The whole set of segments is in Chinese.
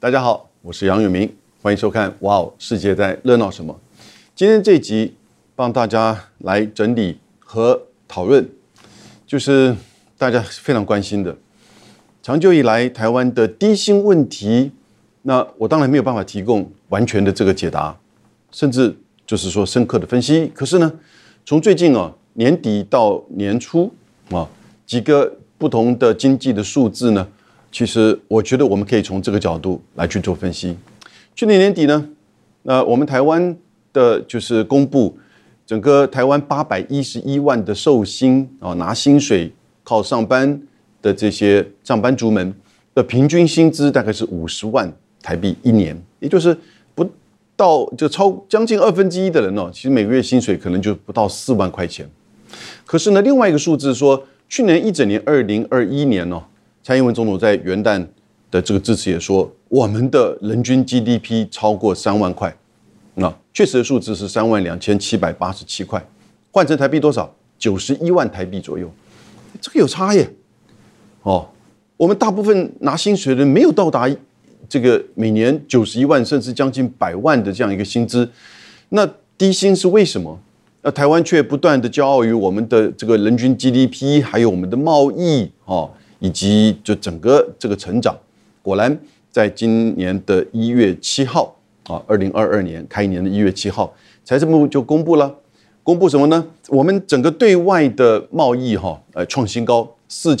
大家好，我是杨永明，欢迎收看《哇哦，世界在热闹什么》。今天这一集帮大家来整理和讨论，就是大家非常关心的，长久以来台湾的低薪问题。那我当然没有办法提供完全的这个解答，甚至就是说深刻的分析。可是呢，从最近年底到年初几个不同的经济的数字呢，其实我觉得我们可以从这个角度来去做分析。去年年底呢，我们台湾的就是公布整个台湾811万的受薪拿薪水靠上班的这些上班族们的平均薪资大概是50万台币一年，也就是不到就将近1/2的人其实每个月薪水可能就不到4万块钱。可是呢，另外一个数字说，去年一整年2021年蔡英文总统在元旦的这个致辞也说，我们的人均 GDP 超过3万块，确实的数字是32787块，换成台币多少？91万台币左右，这个有差耶。我们大部分拿薪水的人没有到达这个每年91万甚至将近100万的这样一个薪资，那低薪是为什么？台湾却不断的骄傲于我们的这个人均 GDP， 还有我们的贸易以及就整个这个成长。果然在今年的1月7号2022年开年的1月7号，财政部就公布了，公布什么呢？我们整个对外的贸易创新高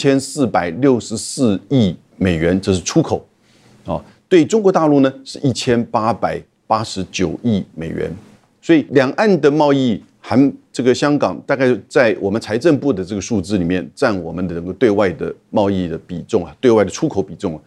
，4464亿美元，这是出口对中国大陆呢是1889亿美元，所以两岸的贸易含这个香港大概在我们财政部的这个数字里面占我们的整个对外的贸易的比重对外的出口比重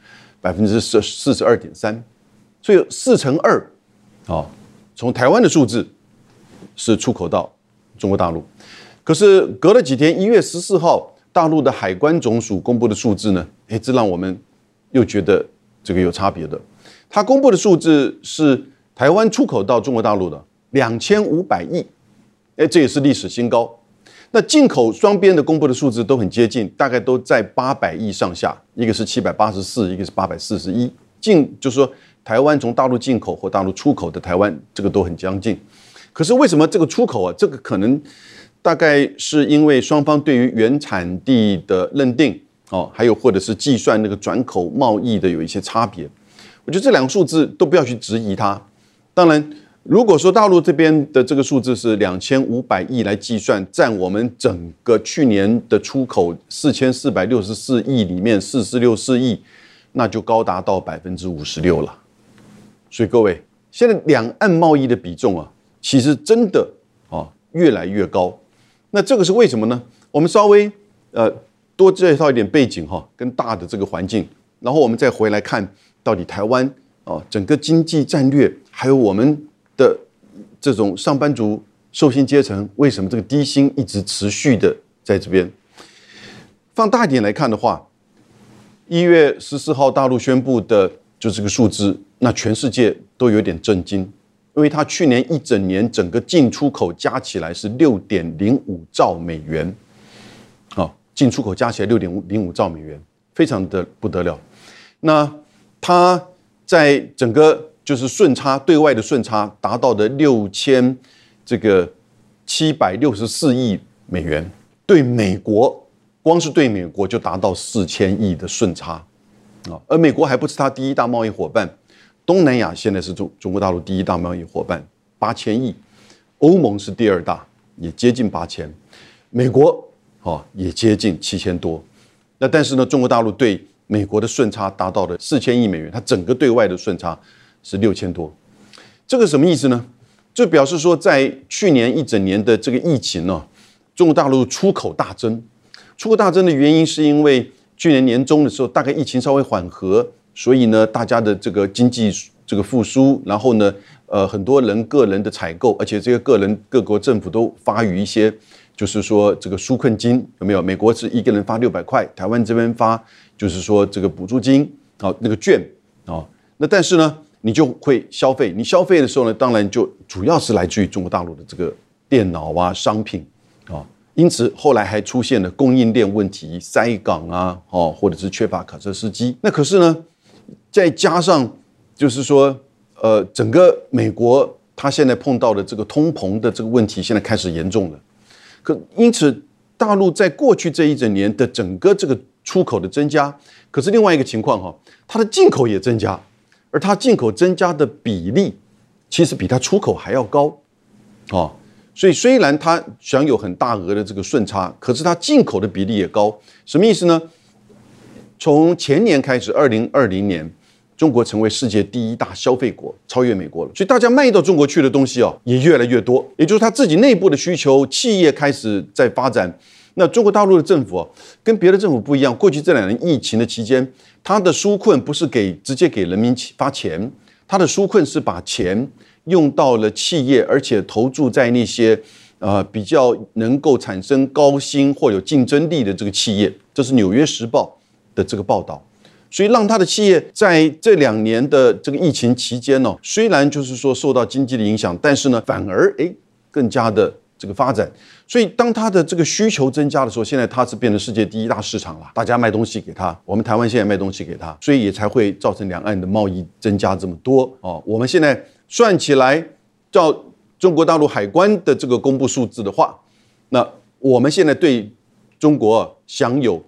42.3%，所以2/4从台湾的数字是出口到中国大陆。可是隔了几天，1月14号大陆的海关总署公布的数字呢，这让我们又觉得这个有差别的。他公布的数字是台湾出口到中国大陆的2500亿，这也是历史新高。那进口双边的公布的数字都很接近，大概都在800亿上下，一个是784，一个是841。就是说台湾从大陆进口或大陆出口的台湾，这个都很相近。可是为什么这个出口这个可能大概是因为双方对于原产地的认定还有或者是计算那个转口贸易的有一些差别。我觉得这两个数字都不要去质疑它。当然如果说大陆这边的这个数字是2500亿来计算，占我们整个去年的出口4464亿里面4464亿，那就高达到56%了。所以各位，现在两岸贸易的比重其实真的越来越高。那这个是为什么呢？我们稍微多介绍一点背景跟大的这个环境，然后我们再回来看到底台湾整个经济战略，还有我们的这种上班族受薪阶层，为什么这个低薪一直持续的在这边？放大一点来看的话，1月14号大陆宣布的就这个数字，那全世界都有点震惊，因为它去年一整年整个进出口加起来是6.05兆美元，进出口加起来6.05兆美元，非常的不得了。那它在整个就是顺差，对外的顺差达到的6764亿美元，对美国光是对美国就达到4000亿的顺差而美国还不是它第一大贸易伙伴，东南亚现在是中国大陆第一大贸易伙伴，8000亿，欧盟是第2大，也接近8000，美国也接近7000多。那但是呢，中国大陆对美国的顺差达到了4000亿美元，它整个对外的顺差是6000多。这个什么意思呢？就表示说，在去年一整年的这个疫情中国大陆出口大增。出口大增的原因是因为去年年中的时候，大概疫情稍微缓和，所以呢，大家的这个经济这个复苏，然后呢，很多人个人的采购，而且这些各国政府都发予一些，就是说这个纾困金，有没有？美国是一个人发600块，台湾这边发就是说这个补助金那个券那但是呢，你就会消费，你消费的时候呢，当然就主要是来自于中国大陆的这个电脑商品因此后来还出现了供应链问题，塞港或者是缺乏卡车司机。那可是呢，再加上就是说，整个美国它现在碰到的这个通膨的这个问题，现在开始严重了。因此，大陆在过去这一整年的整个这个出口的增加，可是另外一个情况哈，它的进口也增加，而它进口增加的比例，其实比它出口还要高，哦。所以虽然它享有很大额的这个顺差，可是它进口的比例也高。什么意思呢？从前年开始，2020年，中国成为世界第一大消费国，超越美国了。所以大家卖到中国去的东西也越来越多，也就是它自己内部的需求，企业开始在发展。那中国大陆的政府跟别的政府不一样，过去这2年疫情的期间，它的纾困不是直接给人民发钱，它的纾困是把钱用到了企业，而且投注在那些比较能够产生高薪或有竞争力的这个企业。这是《纽约时报》的这个报道。所以让他的企业在这2年的这个疫情期间虽然就是说受到经济的影响，但是呢反而更加的这个发展。所以当他的这个需求增加的时候，现在他是变成世界第一大市场了，大家卖东西给他，我们台湾现在卖东西给他，所以也才会造成两岸的贸易增加这么多我们现在算起来，照中国大陆海关的这个公布数字的话，那我们现在对中国享有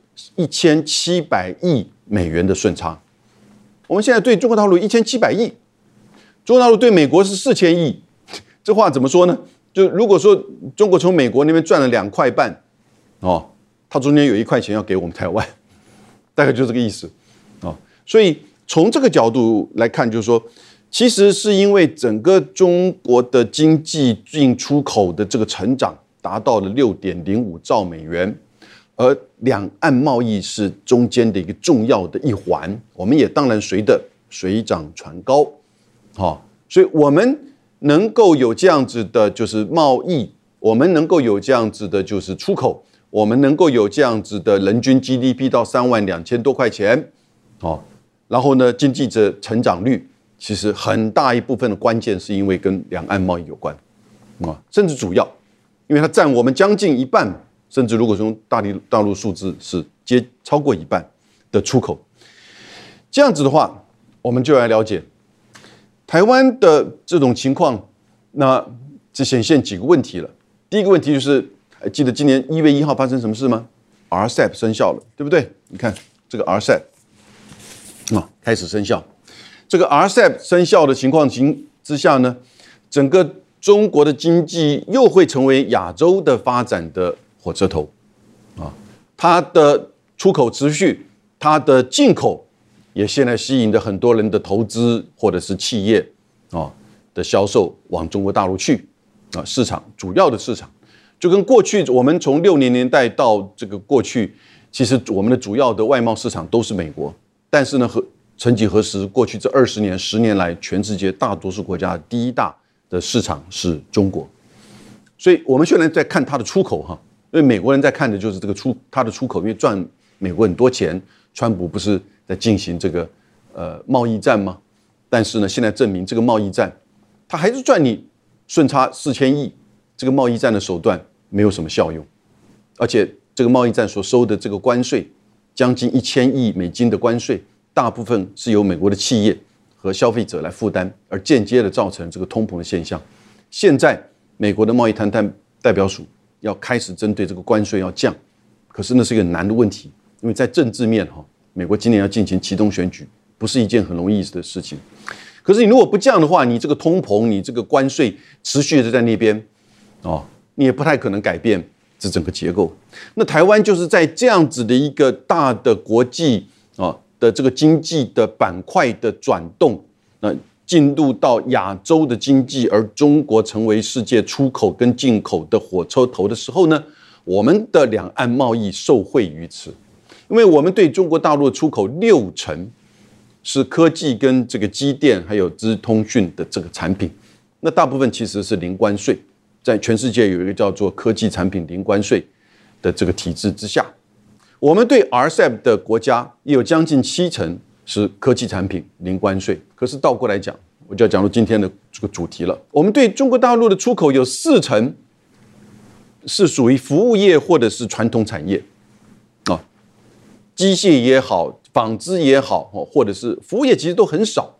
1700亿美元的顺差。我们现在对中国大陆1700亿，中国大陆对美国是4000亿，这话怎么说呢？就如果说中国从美国那边赚了2块半它中间有1块钱要给我们台湾，大概就这个意思所以从这个角度来看，就是说其实是因为整个中国的经济进出口的这个成长达到了6.05兆美元，而两岸贸易是中间的一个重要的一环，我们也当然随着水涨船高所以我们能够有这样子的就是贸易，我们能够有这样子的就是出口，我们能够有这样子的人均 GDP 到32000多块钱然后呢经济的成长率，其实很大一部分的关键是因为跟两岸贸易有关甚至主要，因为它占我们将近一半，甚至如果从大陆数字是超过一半的出口。这样子的话，我们就来了解台湾的这种情况，那这显现几个问题了。第一个问题就是，还记得今年1月1号发生什么事吗？ RCEP 生效了，对不对？你看这个 RCEP 开始生效。这个 RCEP 生效的情况之下呢，整个中国的经济又会成为亚洲的发展的火车头它的出口持续，它的进口也现在吸引着很多人的投资或者是企业的销售往中国大陆去市场主要的市场，就跟过去我们从60年代到这个过去，其实我们的主要的外贸市场都是美国，但是呢曾几何时，过去这10年来，全世界大多数国家第一大的市场是中国，所以我们现在在看它的出口因为美国人在看的就是这个它的出口，因为赚美国很多钱，川普不是在进行这个贸易战吗？但是呢，现在证明这个贸易战，它还是赚你顺差4000亿，这个贸易战的手段没有什么效用，而且这个贸易战所收的这个关税，将近1000亿美金的关税，大部分是由美国的企业和消费者来负担，而间接的造成这个通膨的现象。现在美国的贸易谈判代表署要开始针对这个关税要降，可是那是一个很难的问题，因为在政治面美国今年要进行期中选举，不是一件很容易的事情。可是你如果不降的话，你这个通膨，你这个关税持续的在那边你也不太可能改变这整个结构。那台湾就是在这样子的一个大的国际的这个经济的板块的转动，进入到亚洲的经济，而中国成为世界出口跟进口的火车头的时候呢，我们的两岸贸易受惠于此，因为我们对中国大陆的出口60%是科技跟这个机电还有资通讯的这个产品，那大部分其实是零关税，在全世界有一个叫做科技产品零关税的这个体制之下，我们对 RCEP 的国家也有将近70%是科技产品零关税。可是倒过来讲，我就要讲到今天的这个主题了。我们对中国大陆的出口有40%是属于服务业或者是传统产业机械也好，纺织也好，或者是服务业其实都很少，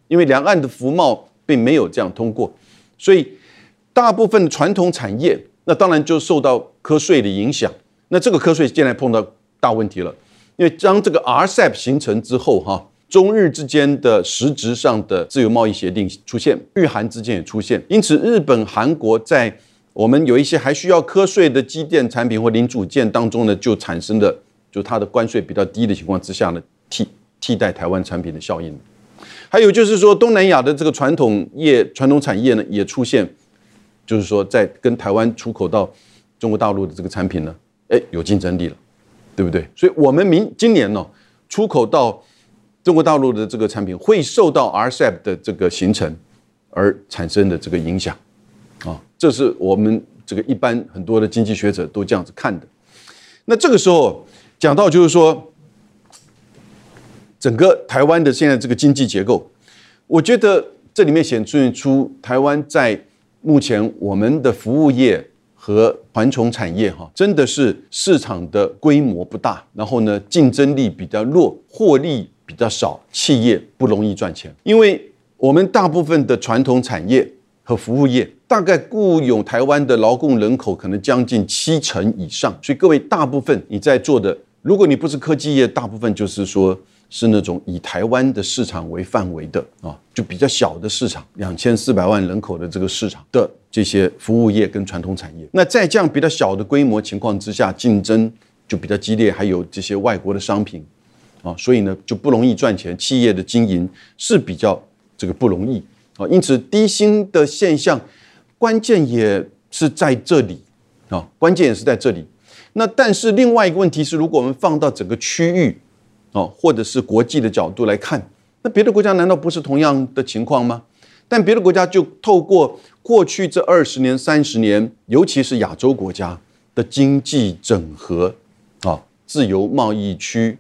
因为两岸的服贸并没有这样通过，所以大部分的传统产业，那当然就受到课税的影响。那这个课税现在碰到大问题了，因为当这个 RCEP 形成之后，中日之间的实质上的自由贸易协定出现，日韩之间也出现，因此日本、韩国在我们有一些还需要课税的机电产品或零组件当中呢，就产生了就它的关税比较低的情况之下呢，替代台湾产品的效应。还有就是说，东南亚的这个传统产业呢，也出现，就是说在跟台湾出口到中国大陆的这个产品呢，有竞争力了，对不对？所以我们今年呢，出口到中国大陆的这个产品会受到 RCEP 的这个形成而产生的这个影响啊，这是我们这个一般很多的经济学者都这样子看的。那这个时候讲到就是说，整个台湾的现在这个经济结构，我觉得这里面显现出台湾在目前我们的服务业和传统产业真的是市场的规模不大，然后呢竞争力比较弱，获利比较少，企业不容易赚钱。因为我们大部分的传统产业和服务业大概雇佣台湾的劳工人口可能将近70%以上，所以各位大部分你在做的，如果你不是科技业，大部分就是说是那种以台湾的市场为范围的就比较小的市场，2400万人口的这个市场的这些服务业跟传统产业。那在这样比较小的规模情况之下，竞争就比较激烈，还有这些外国的商品所以呢就不容易赚钱，企业的经营是比较这个不容易因此低薪的现象关键也是在这里关键也是在这里。那但是另外一个问题是，如果我们放到整个区域或者是国际的角度来看，那别的国家难道不是同样的情况吗？但别的国家就透过过去这20年、30年，尤其是亚洲国家的经济整合自由贸易区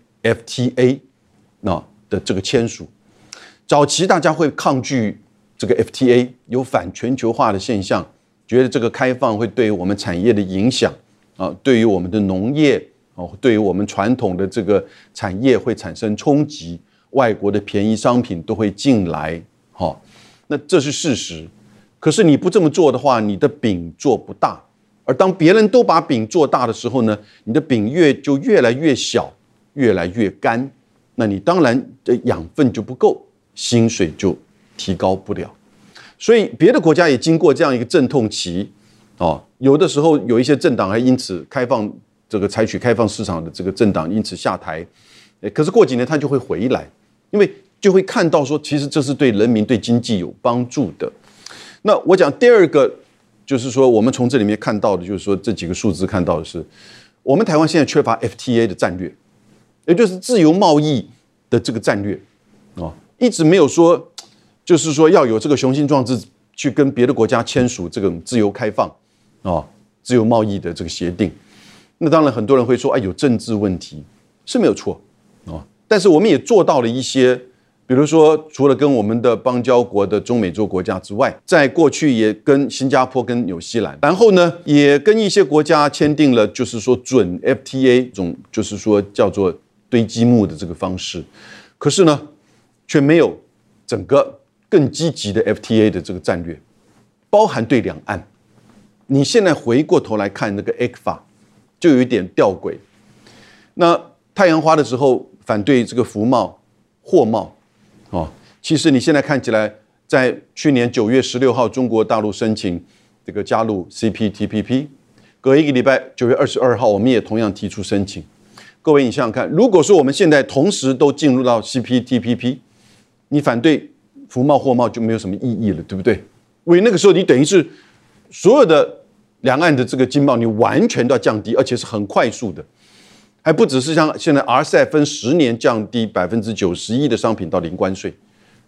FTA 的这个签署，早期大家会抗拒这个 FTA， 有反全球化的现象，觉得这个开放会对于我们产业的影响对于我们的农业对于我们传统的这个产业会产生冲击，外国的便宜商品都会进来那这是事实。可是你不这么做的话，你的饼做不大，而当别人都把饼做大的时候呢，你的饼就越来越小，越来越干，那你当然的养分就不够，薪水就提高不了。所以别的国家也经过这样一个阵痛期有的时候有一些政党还因此采取开放市场的这个政党因此下台，可是过几年他就会回来，因为就会看到说其实这是对人民对经济有帮助的。那我讲第二个就是说，我们从这里面看到的就是说，这几个数字看到的是我们台湾现在缺乏 FTA 的战略，也就是自由贸易的这个战略一直没有说就是说要有这个雄心壮志去跟别的国家签署这种自由开放自由贸易的这个协定。那当然很多人会说有政治问题，是没有错但是我们也做到了一些，比如说除了跟我们的邦交国的中美洲国家之外，在过去也跟新加坡跟纽西兰，然后呢也跟一些国家签订了就是说准 FTA 这种就是说叫做堆积木的这个方式，可是呢却没有整个更积极的 FTA 的这个战略，包含对两岸。你现在回过头来看那个 ECFA 就有一点吊诡。那太阳花的时候反对这个服贸货贸其实你现在看起来，在去年9月16号中国大陆申请这个加入 CPTPP， 隔一个礼拜9月22号我们也同样提出申请。各位你想想看，如果说我们现在同时都进入到 CPTPP， 你反对服贸货贸就没有什么意义了，对不对？因为那个时候你等于是所有的两岸的这个经贸你完全都要降低，而且是很快速的，还不只是像现在 RCEP 分10年降低91%的商品到零关税，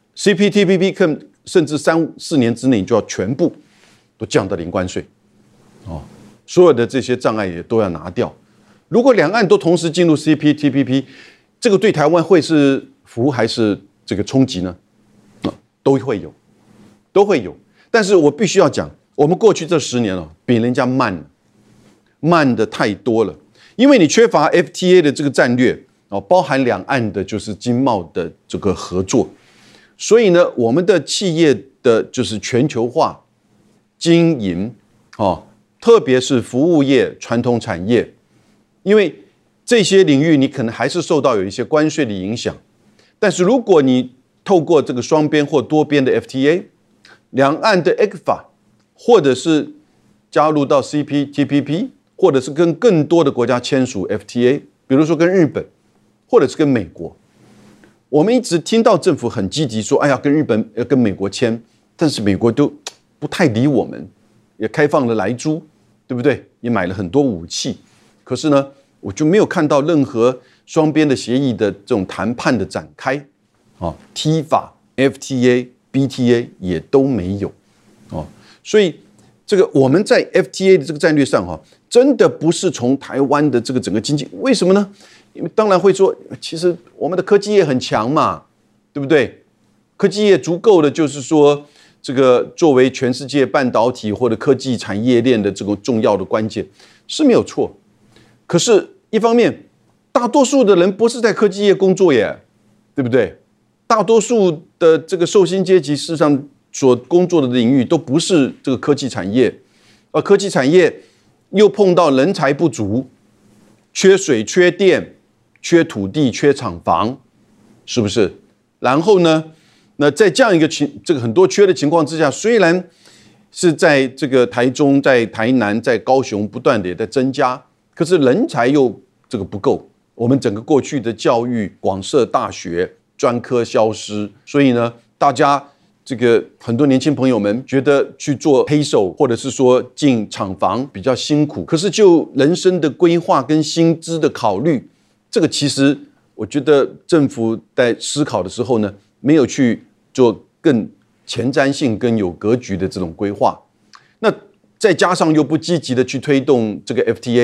CPTPP 甚至3-4年之内你就要全部都降到零关税所有的这些障碍也都要拿掉。如果两岸都同时进入 CPTPP， 这个对台湾会是福还是这个冲击呢？都会有。但是我必须要讲，我们过去这10年比人家慢的太多了，因为你缺乏 FTA 的这个战略包含两岸的就是经贸的这个合作， 所以呢，我们的企业的就是全球化经营特别是服务业、传统产业，因为这些领域你可能还是受到有一些关税的影响，但是如果你透过这个双边或多边的 FTA， 两岸的 ECFA， 或者是加入到 CPTPP， 或者是跟更多的国家签署 FTA， 比如说跟日本，或者是跟美国。我们一直听到政府很积极说，哎呀，跟日本要跟美国签，但是美国都不太理我们，也开放了莱猪，对不对？也买了很多武器，可是呢，我就没有看到任何双边的协议的这种谈判的展开，TIFA、FTA、BTA 也都没有所以这个我们在 FTA 的这个战略上真的不是从台湾的这个整个经济，为什么呢？因为当然会说，其实我们的科技业很强嘛，对不对？科技业足够的，就是说这个作为全世界半导体或者科技产业链的这个重要的关键是没有错。可是，一方面，大多数的人不是在科技业工作耶，对不对？大多数的这个受薪阶级，事实上所工作的领域都不是这个科技产业，而科技产业又碰到人才不足，缺水、缺电、缺土地、缺厂房，是不是？然后呢，那在这样一个这个很多缺的情况之下，虽然是在这个台中、在台南、在高雄不断的也在增加，可是人才又这个不够。我们整个过去的教育广设大学，专科消失，所以呢，大家这个很多年轻朋友们觉得去做黑手，或者是说进厂房比较辛苦。可是就人生的规划跟薪资的考虑，这个其实我觉得政府在思考的时候呢，没有去做更前瞻性、更有格局的这种规划。那再加上又不积极的去推动这个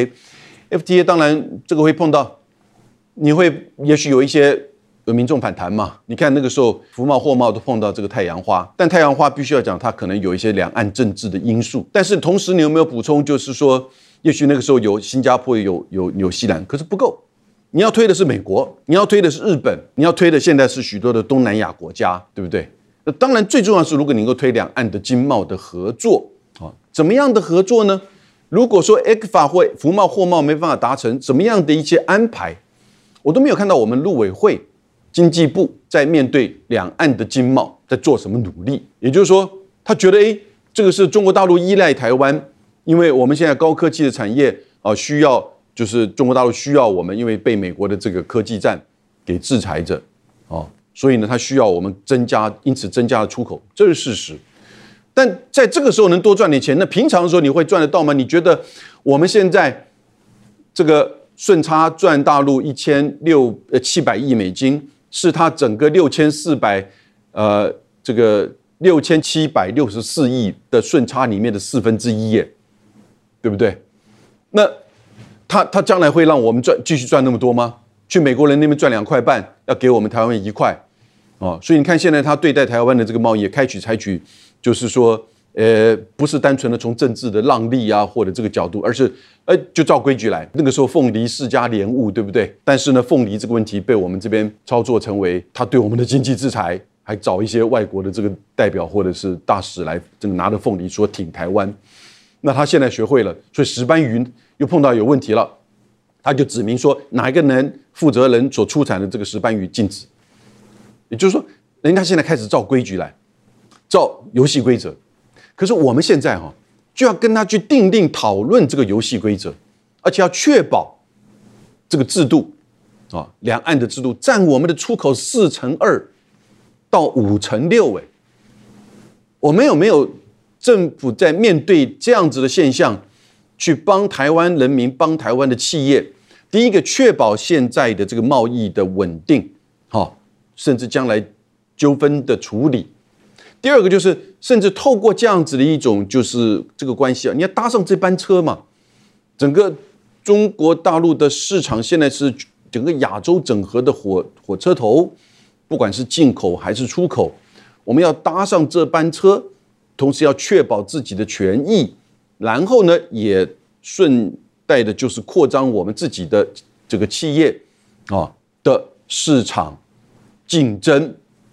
FTA， 当然这个会碰到，你会也许有一些民众反弹嘛。你看那个时候服贸、货贸都碰到这个太阳花，但太阳花必须要讲，它可能有一些两岸政治的因素。但是同时你有没有补充，就是说，也许那个时候有新加坡、有纽西兰，可是不够。你要推的是美国，你要推的是日本，你要推的现在是许多的东南亚国家，对不对？那当然最重要的是，如果你能够推两岸的经贸的合作怎么样的合作呢？如果说 ECFA 或服贸、货贸没办法达成，怎么样的一些安排，我都没有看到我们陆委会、经济部在面对两岸的经贸在做什么努力。也就是说，他觉得这个是中国大陆依赖台湾，因为我们现在高科技的产业需要，就是中国大陆需要我们，因为被美国的这个科技战给制裁着所以呢，它需要我们因此增加了出口，这是事实。但在这个时候能多赚点钱，那平常的时候你会赚得到吗？你觉得我们现在这个顺差赚大陆700亿美金，是它整个6764亿的顺差里面的1/4耶，对不对？那它将来会让我们继续赚那么多吗？去美国人那边赚2块半，要给我们台湾1块所以你看现在他对待台湾的这个贸易采取就是说不是单纯的从政治的让利或者这个角度，而是就照规矩来。那个时候凤梨世家莲雾，对不对？但是呢，凤梨这个问题被我们这边操作成为他对我们的经济制裁，还找一些外国的这个代表或者是大使来这个拿着凤梨说挺台湾。那他现在学会了，所以石斑鱼又碰到有问题了，他就指明说哪一个负责人所出产的这个石斑鱼禁止。也就是说，人家现在开始照规矩来，照游戏规则。可是我们现在就要跟他去订定讨论这个游戏规则，而且要确保这个制度两岸的制度占我们的出口2%到5%。我们有没有政府在面对这样子的现象，去帮台湾人民、帮台湾的企业？第一个，确保现在的这个贸易的稳定，甚至将来纠纷的处理。第二个就是，甚至透过这样子的一种就是这个关系你要搭上这班车嘛。整个中国大陆的市场现在是整个亚洲整合的火车头，不管是进口还是出口，我们要搭上这班车，同时要确保自己的权益，然后呢，也顺带的就是扩张我们自己的这个企业的市场竞争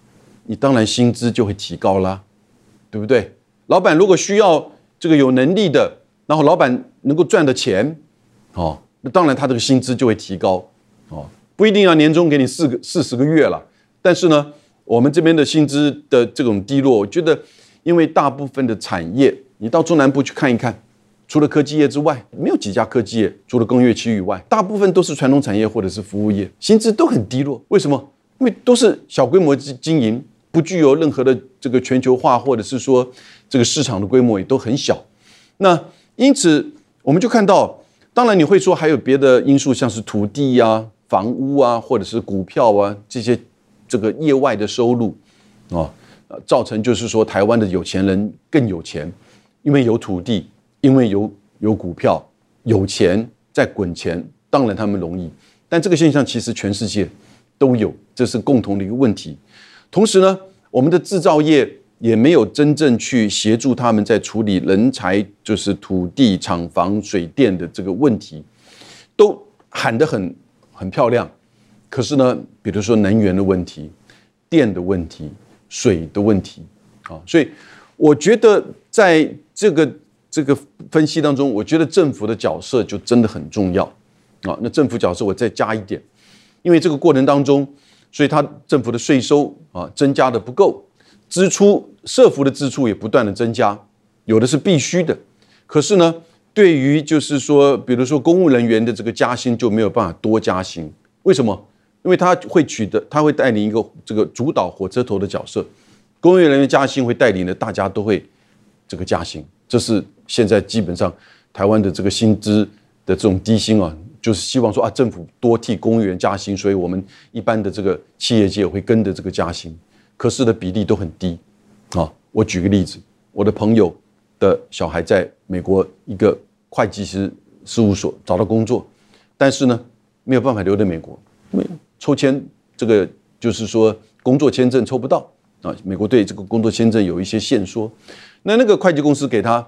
你当然薪资就会提高啦，对不对？老板如果需要这个有能力的，然后老板能够赚的钱，那当然他这个薪资就会提高，不一定要年终给你40个月了，但是呢，我们这边的薪资的这种低落，我觉得因为大部分的产业，你到中南部去看一看，除了科技业之外，没有几家科技业，除了工业区以外，大部分都是传统产业或者是服务业，薪资都很低落。为什么？因为都是小规模经营，不具有任何的这个全球化，或者是说这个市场的规模也都很小。那因此我们就看到，当然你会说还有别的因素，像是土地啊、房屋啊，或者是股票啊这些这个业外的收入造成就是说台湾的有钱人更有钱，因为有土地，因为有股票，有钱在滚钱，当然他们容易。但这个现象其实全世界都有，这是共同的一个问题。同时呢，我们的制造业也没有真正去协助他们在处理人才，就是土地、厂房、水电的这个问题，都喊得很漂亮。可是呢，比如说能源的问题、电的问题、水的问题所以我觉得在这个分析当中，我觉得政府的角色就真的很重要那政府角色我再加一点，因为这个过程当中，所以它政府的税收增加的不够，支出社福的支出也不断的增加，有的是必须的，可是呢，对于就是说，比如说公务人员的这个加薪就没有办法多加薪，为什么？因为他会带领一个这个主导火车头的角色，公务人员加薪会带领的大家都会这个加薪，这是现在基本上台湾的这个薪资的这种低薪就是希望说政府多替公务员加薪，所以我们一般的这个企业界会跟着这个加薪，可是的比例都很低我举个例子，我的朋友的小孩在美国一个会计师事务所找到工作，但是呢没有办法留在美国，因为抽签这个就是说工作签证抽不到美国对这个工作签证有一些限缩，那个会计公司给他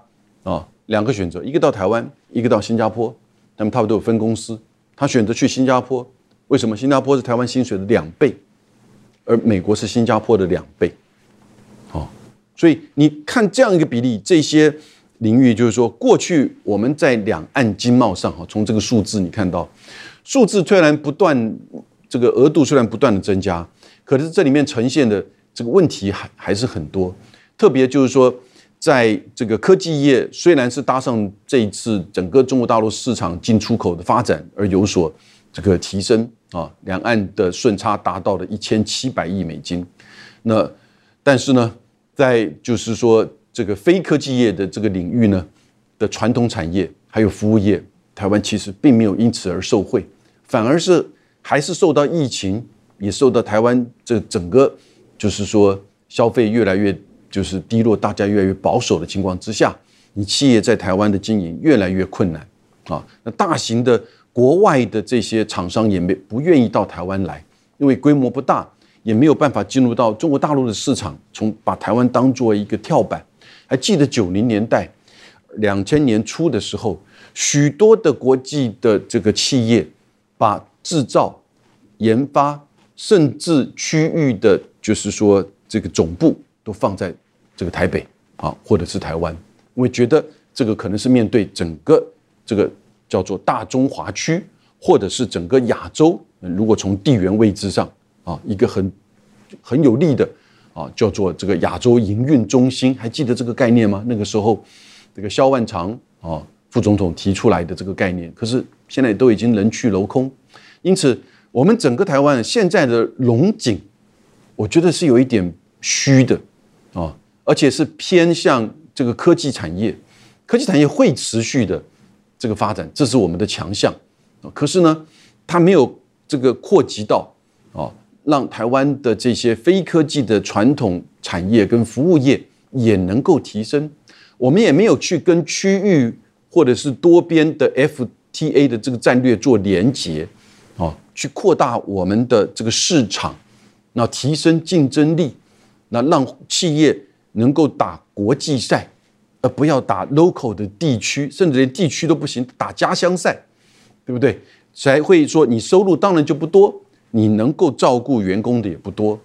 2个选择，一个到台湾，一个到新加坡，他们都有分公司，他选择去新加坡，为什么？新加坡是台湾薪水的2倍，而美国是新加坡的2倍所以你看这样一个比例，这些领域就是说，过去我们在两岸经贸上从这个数字你看到，数字虽然不断这个额度虽然不断的增加，可是这里面呈现的这个问题还是很多，特别就是说，在这个科技业虽然是搭上这一次整个中国大陆市场进出口的发展而有所这个提升两岸的顺差达到了1700亿美金，那但是呢，在就是说这个非科技业的这个领域呢的传统产业还有服务业，台湾其实并没有因此而受惠，反而是还是受到疫情，也受到台湾这整个就是说消费越来越就是低落，大家越来越保守的情况之下，你企业在台湾的经营越来越困难那大型的国外的这些厂商也不愿意到台湾来，因为规模不大，也没有办法进入到中国大陆的市场，把台湾当作一个跳板。还记得90年代2000年初的时候，许多的国际的这个企业把制造、研发甚至区域的就是说这个总部都放在这个台北或者是台湾，因为觉得这个可能是面对整个这个叫做大中华区，或者是整个亚洲，如果从地缘位置上一个很有利的叫做这个亚洲营运中心，还记得这个概念吗？那个时候这个萧万长副总统提出来的这个概念，可是现在都已经人去楼空，因此我们整个台湾现在的荣景，我觉得是有一点虚的而且是偏向这个科技产业，科技产业会持续的这个发展，这是我们的强项可是呢，它没有这个扩及到让台湾的这些非科技的传统产业跟服务业也能够提升，我们也没有去跟区域或者是多边的 FTA 的这个战略做连结去扩大我们的这个市场，那提升竞争力，那让企业能够打国际赛，而不要打 local 的地区，甚至连地区都不行，打家乡赛，对不对？才会说你收入当然就不多，你能够照顾员工的也不多。因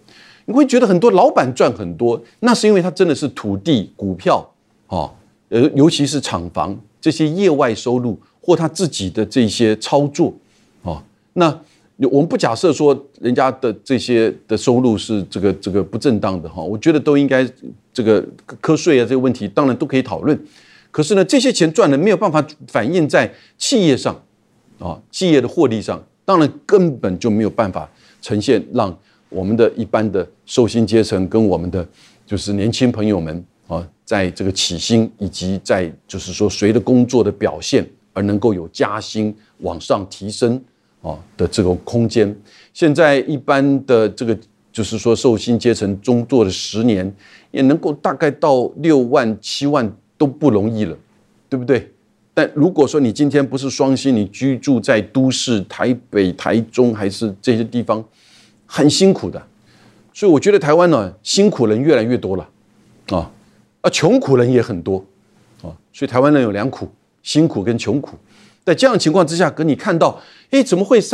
你会觉得很多老板赚很多，那是因为他真的是土地、股票尤其是厂房这些业外收入或他自己的这些操作那我们不假设说人家的这些的收入是这个不正当的我觉得都应该这个课税这个问题当然都可以讨论。可是呢，这些钱赚了没有办法反映在企业上企业的获利上，当然根本就没有办法呈现让我们的一般的受薪阶层跟我们的就是年轻朋友们在这个起薪以及在就是说随着工作的表现而能够有加薪往上提升的这种空间。现在一般的这个就是说受薪阶层中做了10年，也能够大概到6万7万都不容易了，对不对？但如果说你今天不是双薪，你居住在都市台北、台中还是这些地方，很辛苦的。所以我觉得台湾呢，辛苦人越来越多了穷苦人也很多所以台湾人有2苦，辛苦跟穷苦。在这样的情况之下，跟你看到，怎么会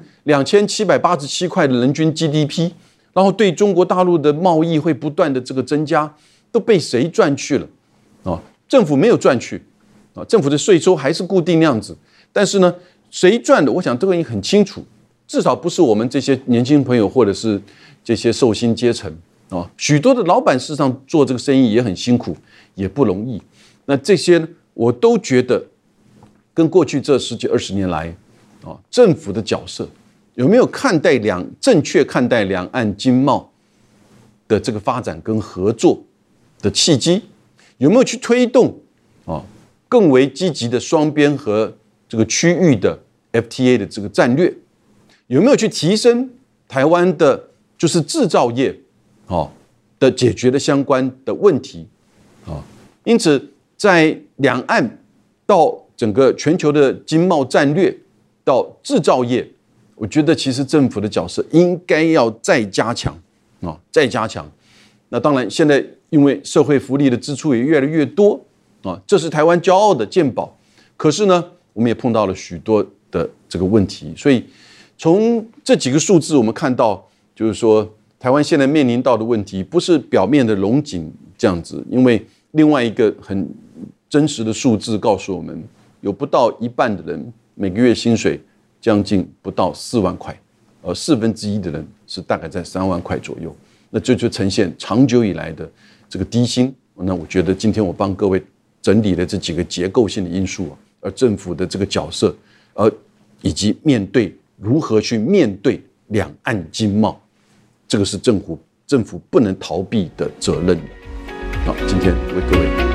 32787块的人均 GDP， 然后对中国大陆的贸易会不断的这个增加，都被谁赚去了政府没有赚去政府的税收还是固定那样子。但是呢，谁赚的，我想这个也很清楚，至少不是我们这些年轻朋友或者是这些受薪阶层许多的老板事实上做这个生意也很辛苦，也不容易。那这些呢，我都觉得跟过去这10几20年来政府的角色有没有正确看待两岸经贸的这个发展跟合作的契机，有没有去推动更为积极的双边和这个区域的 FTA 的这个战略，有没有去提升台湾的就是制造业的解决的相关的问题因此在两岸到整个全球的经贸战略到制造业，我觉得其实政府的角色应该要再加强再加强。那当然现在因为社会福利的支出也越来越多这是台湾骄傲的健保。可是呢，我们也碰到了许多的这个问题。所以从这几个数字我们看到，就是说台湾现在面临到的问题不是表面的龙井这样子，因为另外一个很真实的数字告诉我们，有不到一半的人每个月薪水将近不到4万块，而1/4的人是大概在3万块左右。那这就呈现长久以来的这个低薪。那我觉得今天我帮各位整理了这几个结构性的因素而政府的这个角色，以及如何去面对两岸经贸，这个是政府不能逃避的责任。好，今天为各位